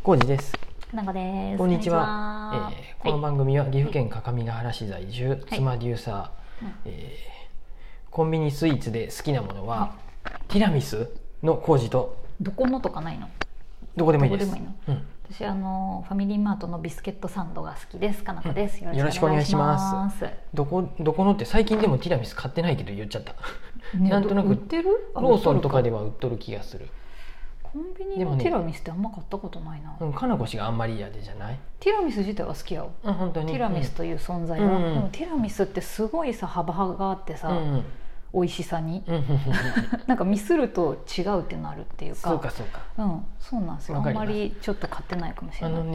浩二です。 なこです。 こんにちは。この番組は岐阜県各務原市在住、妻デューサー、コンビニスイーツで好きなものは、ティラミスの浩二と。 どこのとかないの？ どこでもいいです。 私ファミリーマートのビスケットサンドが好きです。かなこです。 よろしくお願いします。どこのって最近でもティラミス買ってないけど言っちゃった。なんとなく売ってる？ ローソンとかでは売っとる気がする。 コンビニのティラミスってあんま買ったことないな。 かなこ氏があんまり嫌でじゃない？ ティラミス自体は好きやよ。 本当に。 ティラミスという存在は、でもティラミスってすごいさ幅があってさ、美味しさになんかミスると違うってなるっていうか。 そうか。 そうなんですよ。あんまりちょっと買ってないかもしれない。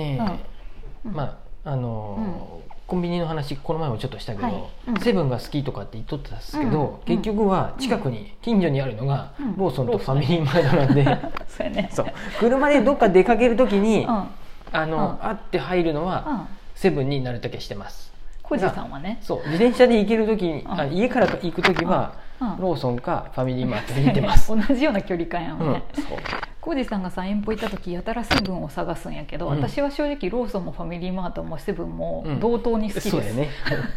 コンビニの話この前もちょっとしたけど、セブンが好きとかって言っとったんですけど、結局は近くに近所にあるのがローソンとファミリーマートなんで、そう車でどっか出かける時にあって入るのはセブンになるだけしてます。 小路さんはね、 そう自転車で行ける時に家から行く時はローソンかファミリーマートで行ってます。 同じような距離感やもんね。浩二さんがさ遠方行った時やたらセブンを探すんやけど、私は正直ローソンもファミリーマートもセブンも同等に好きです。 そうだよね。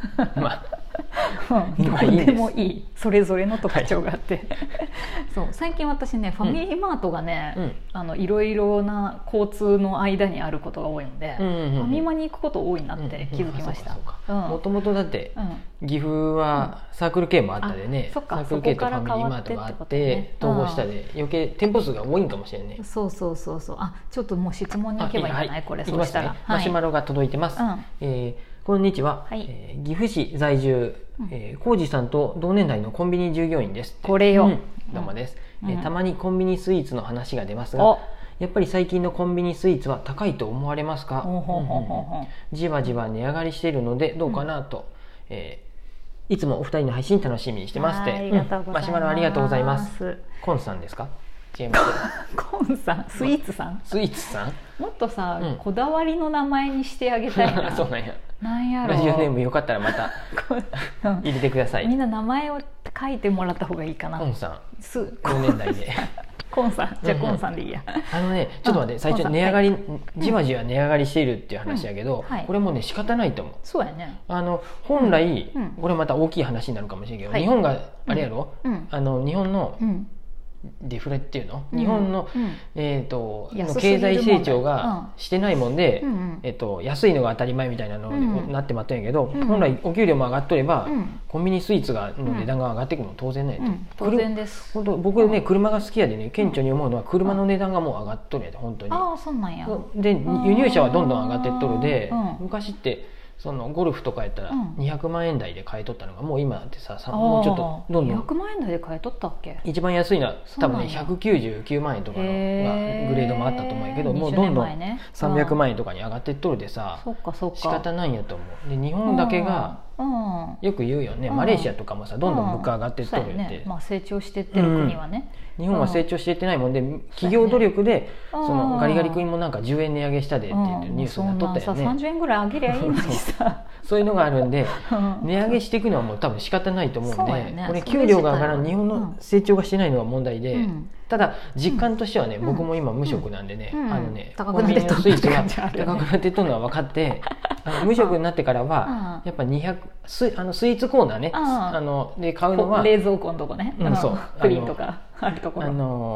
どこでもいい、それぞれの特徴があって、そう最近私ねファミリーマートがね、いろいろな交通の間にあることが多いので、ファミマに行くこと多いなって気づきました。 もともとだって岐阜はサークル系もあったでね、サークル系とファミリーマートがあって統合したで余計店舗数が多いんかもしれないね。 そうちょっともう質問に行けばいいんじゃない？これそうしたらマシュマロが届いてます。こんにちは、岐阜市在住浩二さんと同年代のコンビニ従業員です。 これよ、 どうもです。たまにコンビニスイーツの話が出ますが、やっぱり最近のコンビニスイーツは高いと思われますか？じわじわ値上がりしているのでどうかなと、いつもお二人の配信楽しみにしてますって。マシュマロありがとうございます。コンさんですか？違います。 コンさん、スイーツさん。 スイーツさん。 もっとさ、こだわりの名前にしてあげたいな。 そうなんや。 なんやろ。 ラジオネームよかったらまた入れてください。 みんな名前を書いてもらった方がいいかな。 コンさん。同年代で。 コンさん、じゃあコンさんでいいや。 ちょっと待って、最初値上がり、じわじわ値上がりしているっていう話やけど、これもね仕方ないと思う。 そうやね。 本来これまた大きい話になるかもしれんけど、日本があれやろ、日本のデフレっていうの、日本の経済成長がしてないもんで、安いのが当たり前みたいなのになってまったんやけど、本来お給料も上がっとればコンビニスイーツの値段が上がっていくのも当然ないと。 当然です。 本当僕ね車が好きやでね、顕著に思うのは車の値段がもう上がっとるやで、本当に。 ああそうなんや。 で輸入車はどんどん上がってっとるで、昔ってそのゴルフとかやったら200万円台で買い取ったのがもう今ってさ、もうちょっとどんどん 200万円台で買い取ったっけ？ 一番安いのは多分ね199万円とかのがグレードもあったと思うんやけど、もうどんどん300万円とかに上がってっとるでさ、仕方ないんやと思う。で日本だけがよく言うよね、マレーシアとかもさどんどん物価上がってっとるって。 成長してってる国はね、 日本は成長していってないもんで、企業努力でそのガリガリ君もなんか10円値上げしたでって言ってニュースになっとったよね。 30円ぐらい上げりゃいいのにさそういうのがあるんで、値上げしていくのはもう多分仕方ないと思うんで、これ給料が上がらん、日本の成長がしてないのが問題で、ただ実感としてはね、僕も今無職なんでね、コンビニのスイーツが高くなっていっとるのは分かって、無職になってからはやっぱスイーツコーナーね、で買うのは冷蔵庫のとこね、プリンとかあるところ、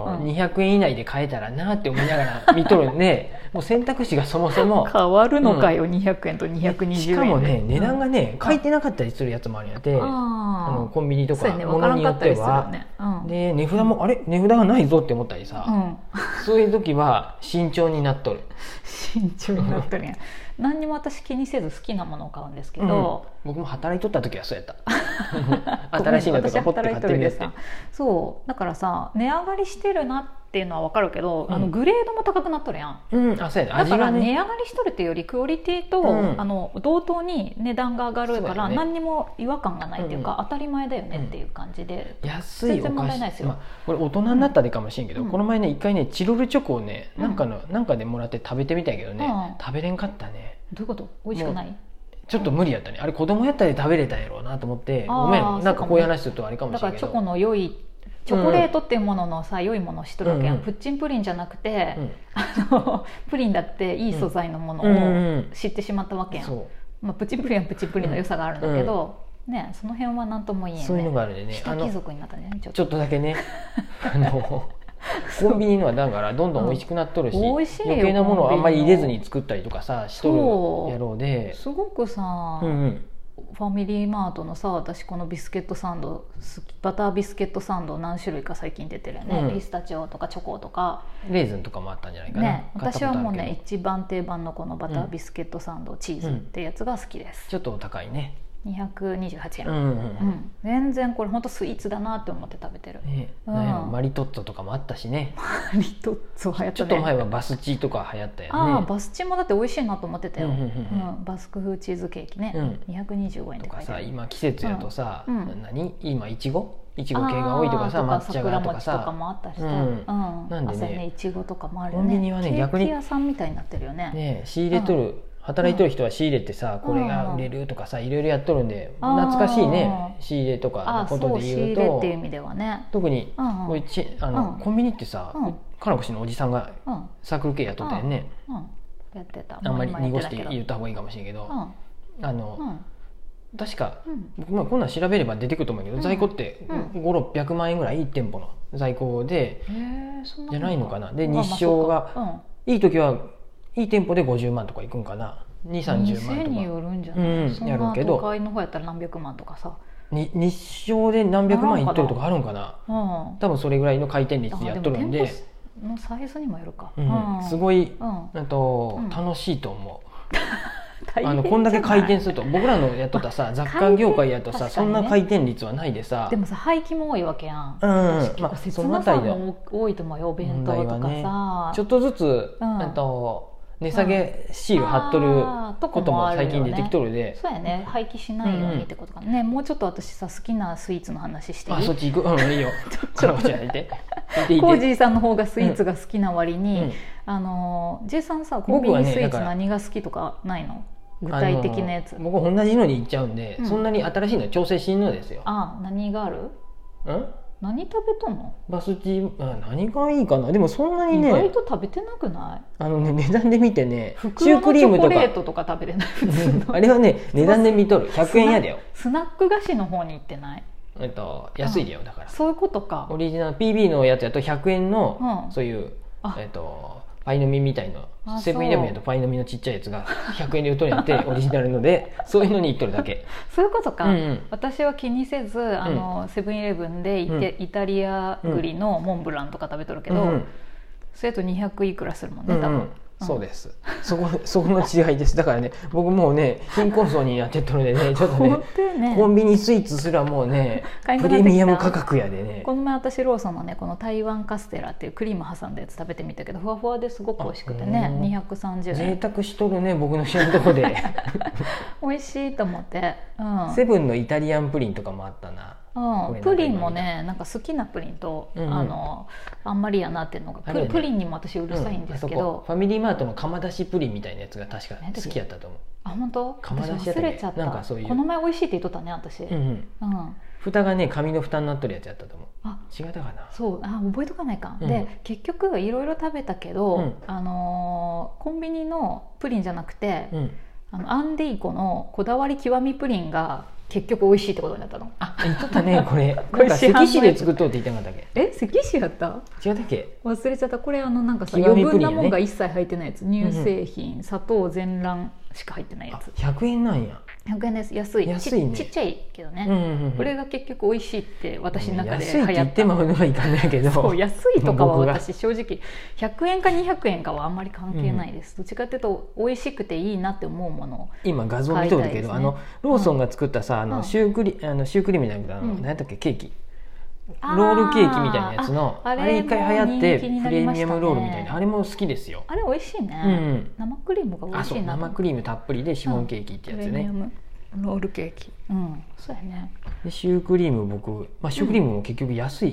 200円以内で買えたらなって思いながら見とるんで、もう選択肢がそもそも変わるのかよ、200円と220円。 しかもね値段がね書いてなかったりするやつもあるんやって、コンビニとか物によっては。で値札もあれ値札がないぞって思ったりさ、そういう時は慎重になっとる。 慎重になっとるんや。何にも私気にせず好きなものを買うんですけど、 僕も働いとった時はそうやった。新しいのとかポッて買ってみるって。 そうだからさ、値上がりしてるなっていうのは分かるけど、グレードも高くなっとるやん。 そうやね。 だから値上がりしとるっていうよりクオリティと同等に値段が上がるから何にも違和感がないっていうか、当たり前だよねっていう感じで、 安いお菓子、これ大人になったでかもしれんけど、この前ね一回ねチロルチョコをねなんかでもらって食べてみたけどね、食べれんかったね。 どういうこと？美味しくない？ ちょっと無理やったね。あれ子供やったら食べれたやろうなと思って、ごめん、なんかこういう話するとあれかもしれないけど、 だからチョコの良いチョコレートっていうもののさ良いものを知っとるわけやん、プッチンプリンじゃなくて、プリンだっていい素材のものを知ってしまったわけやん、まあ、プッチンプリンはプッチンプリンの良さがあるんだけど、ね、その辺は何とも言えんね。 そういうのがあるでね、 下貴族になったねちょっとだけねコンビニのはだからどんどん美味しくなっとるし、 美味しいよ、 余計なものをあんまり入れずに作ったりとかさしとるやろうで、 すごくさ、ファミリーマートのさ、私このビスケットサンドバタービスケットサンド何種類か最近出てるよね、ピスタチオとかチョコとかレーズンとかもあったんじゃないかな、 ね、私はもうね一番定番のこのバタービスケットサンド、チーズってやつが好きです。 ちょっとお高いね、 228円、全然これ本当スイーツだなって思って食べてる、 マリトッツォとかもあったしね。 マリトッツォ流行ったね。 ちょっと前はバスチーとか流行ったよね。 バスチーもだって美味しいなと思ってたよ、バスク風チーズケーキね、225円で買えてる。 今季節やとさ、今いちご系が多いとかさ、抹茶がとかさ、 桜餅とかもあったりさ、なんでねいちごとかもあるよね。 コンビニはね逆にケーキ屋さんみたいになってるよね。 仕入れとる、働いてる人は仕入れてさ、これが売れるとかさいろいろやっとるんで、懐かしいね、仕入れとかのことで言うと、 っていう意味ではね、 特にコンビニってさ、金越のおじさんがサークル系やっとったよね。 やってた。 あんまり濁して言った方がいいかもしれんけど、確か僕もこんなん調べれば出てくると思うけど、在庫って500-600万円ぐらい1店舗の在庫でじゃないのかな。で日照がいい時はいい店舗で50万とかいくんかな、230万とか。 店によるんじゃない、そんな都会の方やったら何百万とかさ、 日照で何百万いっとるとかあるんかな、多分それぐらいの回転率でやっとるんで、 店舗のサイズにもよるか、 すごい楽しいと思う。こんだけ回転すると、僕らのやっとったさ雑貨業界やとさ、そんな回転率はないでさ、 でもさ廃棄も多いわけやん、切なさも多いと思うよ、お弁当とかさ、 ちょっとずつ値下げシール貼っとることも最近出てきとるで、 そうやね、廃棄しないようにってことかね。もうちょっと私さ好きなスイーツの話していい？ あ、そっち行く？いいよ。コージーさんの方がスイーツが好きな割に、J さんさコンビニスイーツ何が好きとかないの？具体的なやつ。 僕同じのに行っちゃうんで、そんなに新しいの調整しんのですよ。 何がある？何食べとんの？ バスチ何がいいかな。でもそんなにね、 意外と食べてなくない？ 値段で見てね、 シュークリームとかチョコレートとか食べれない。 あれはね値段で見とる。100円やだよ。 スナック菓子の方に行ってない？ 安いだよ。だからそういうことか。 オリジナル PB のやつやと100円のそういうパイの実みたいな、セブンイレブンやとパイの実のちっちゃいやつが100円で売っとるんやってオリジナルので、そういうのに行っとるだけ。 そういうことか、私は気にせずセブンイレブンでイタリア栗のモンブランとか食べとるけど、それと200いくらするもんね多分。 そうです。そこの違いです。だからね、僕もうね貧困層になってっとるんでね、ちょっとねコンビニスイーツすらもうねプレミアム価格やでね。 この前私ローソンのねこの台湾カステラっていうクリーム挟んだやつ食べてみたけど、ふわふわですごく美味しくてね、230円。 贅沢しとるね、僕の知らんとこで。 美味しいと思って、 セブンのイタリアンプリンとかもあったな。 プリンもねなんか好きなプリンと、あんまりやなっていうのが、プリンにも私うるさいんですけど、 ファミリーマートの釜出しプリンみたいなやつが確か好きやったと思う。 本当？ 釜出しやったっけ？ 忘れちゃった。 なんかそういうこの前美味しいって言っとったね私。 蓋がね紙の蓋になっとるやつやったと思う。違ったかな。 そう覚えとかないか。で結局いろいろ食べたけど、コンビニのプリンじゃなくて、アンディーコのこだわり極みプリンが結局美味しいってことになったの。 言っとったねこれ。なんか関市で作っとうって言ってなかったっけ？ 関市やった？ 違ったっけ？ 忘れちゃった。これなんかさ余分なもんが一切入ってないやつ、乳製品、砂糖、全卵しか入ってないやつ。 100円なんや。 100円です。安いね。ちっちゃいけどね、これが結局美味しいって私の中で流行った。安いって言ってまうのはいかんないけど、 そう安いとかは私正直100円か200円かはあんまり関係ないです、どっちかっていうと美味しくていいなって思うものを今画像見とるけど、ローソンが作ったさシュークリームじゃなくて何やったっけ、ケーキロールケーキみたいなやつのあれ一回流行ってプレミアムロールみたいな、あれも好きですよ。 あれ美味しいね、生クリームが美味しいな。 生クリームたっぷりでシフォンケーキってやつね、 プレミアムロールケーキ、そうやね。 でシュークリーム僕、シュークリームも結局安い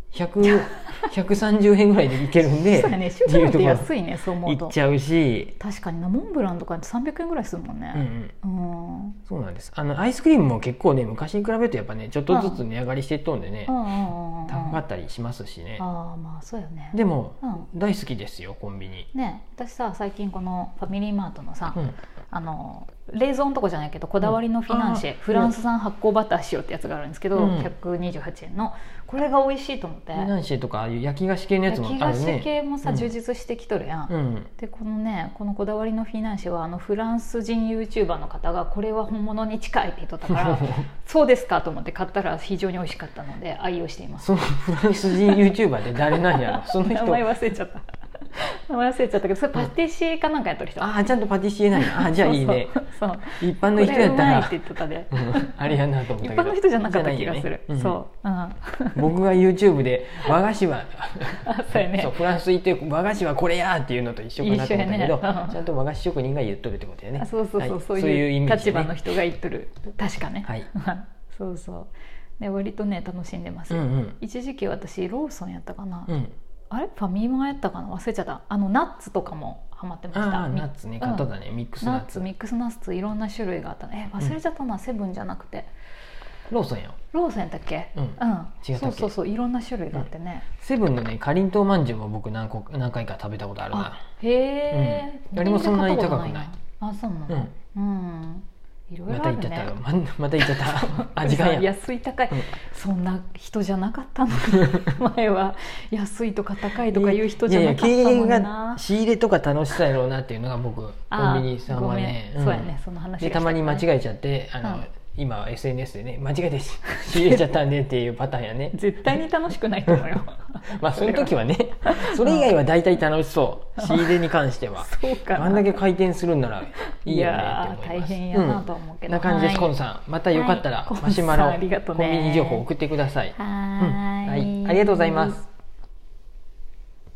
130円ぐらいでいけるんで、 そうやね、シューって安いね、そう思うと行っちゃうし、 確かにな、モンブランとか300円ぐらいするもんね。 そうなんです。アイスクリームも結構ね、昔に比べるとやっぱね、ちょっとずつ値上がりしていっとんでね、高かったりしますしね。 まあそうよね。 でも、大好きですよ、コンビニね。私さ、最近このファミリーマートのさ、冷蔵のとこじゃないけど、こだわりのフィナンシェ、フランス産発酵バター塩ってやつがあるんですけど、128円のこれが美味しいと思って。フィナンシェとかああいう焼き菓子系のやつもあるね。 焼き菓子系もさ、充実してきとるやん。でこのこだわりのフィナンシェはフランス人 YouTuber の方がこれは本物に近いって言っとったからそうですかと思って買ったら非常に美味しかったので愛用しています。 そのフランス人 YouTuber って誰なんやろその人。 名前忘れちゃった名前忘れちゃったけど、それパティシエかなんかやっとる人。 ちゃんとパティシエなんや。じゃあいいね。そう一般の人やったらって言ってたであれやなと思ったけど、 一般の人じゃなかった気がする。 僕が YouTube で和菓子はそうやね、 フランス行って和菓子はこれやっていうのと一緒かなと思ったけど、ちゃんと和菓子職人が言っとるってことやね。 そういう立場の人が言っとる。確かね。そうそう割とね楽しんでます。一時期私ローソンやったかな、あれファミマやったかな、忘れちゃった。ナッツとかもハマってました。 ナッツね、買っとったね、ミックスナッツ。 ミックスナッツいろんな種類があったね。忘れちゃったな、セブンじゃなくてローソンや。 ローソンやったっけ？違ったっけ？そういろんな種類があってね。 セブンのねかりんとうまんじゅうも僕何回か食べたことあるな。 へえ。 あれもそんなに高くない。 そうなの。いろいろあるね。 また言っちゃった時間や。 安い高い、そんな人じゃなかったの前は安いとか高いとかいう人じゃなかったのにな。 経営が仕入れとか楽しさやろうなっていうのが僕コンビニさんはね。 そうやね、その話でたまに間違えちゃって今は SNS でね間違えて仕入れちゃったんでっていうパターンやね。 絶対に楽しくないと思うよその時はね、それ以外は大体楽しそう仕入れに関しては。そうかな、あんだけ回転するんならいいよねって思います。 大変やなと思うけど、 な感じです。コンさんまたよかったらマシュマロコンビニ情報送ってください。はい、ありがとうございます。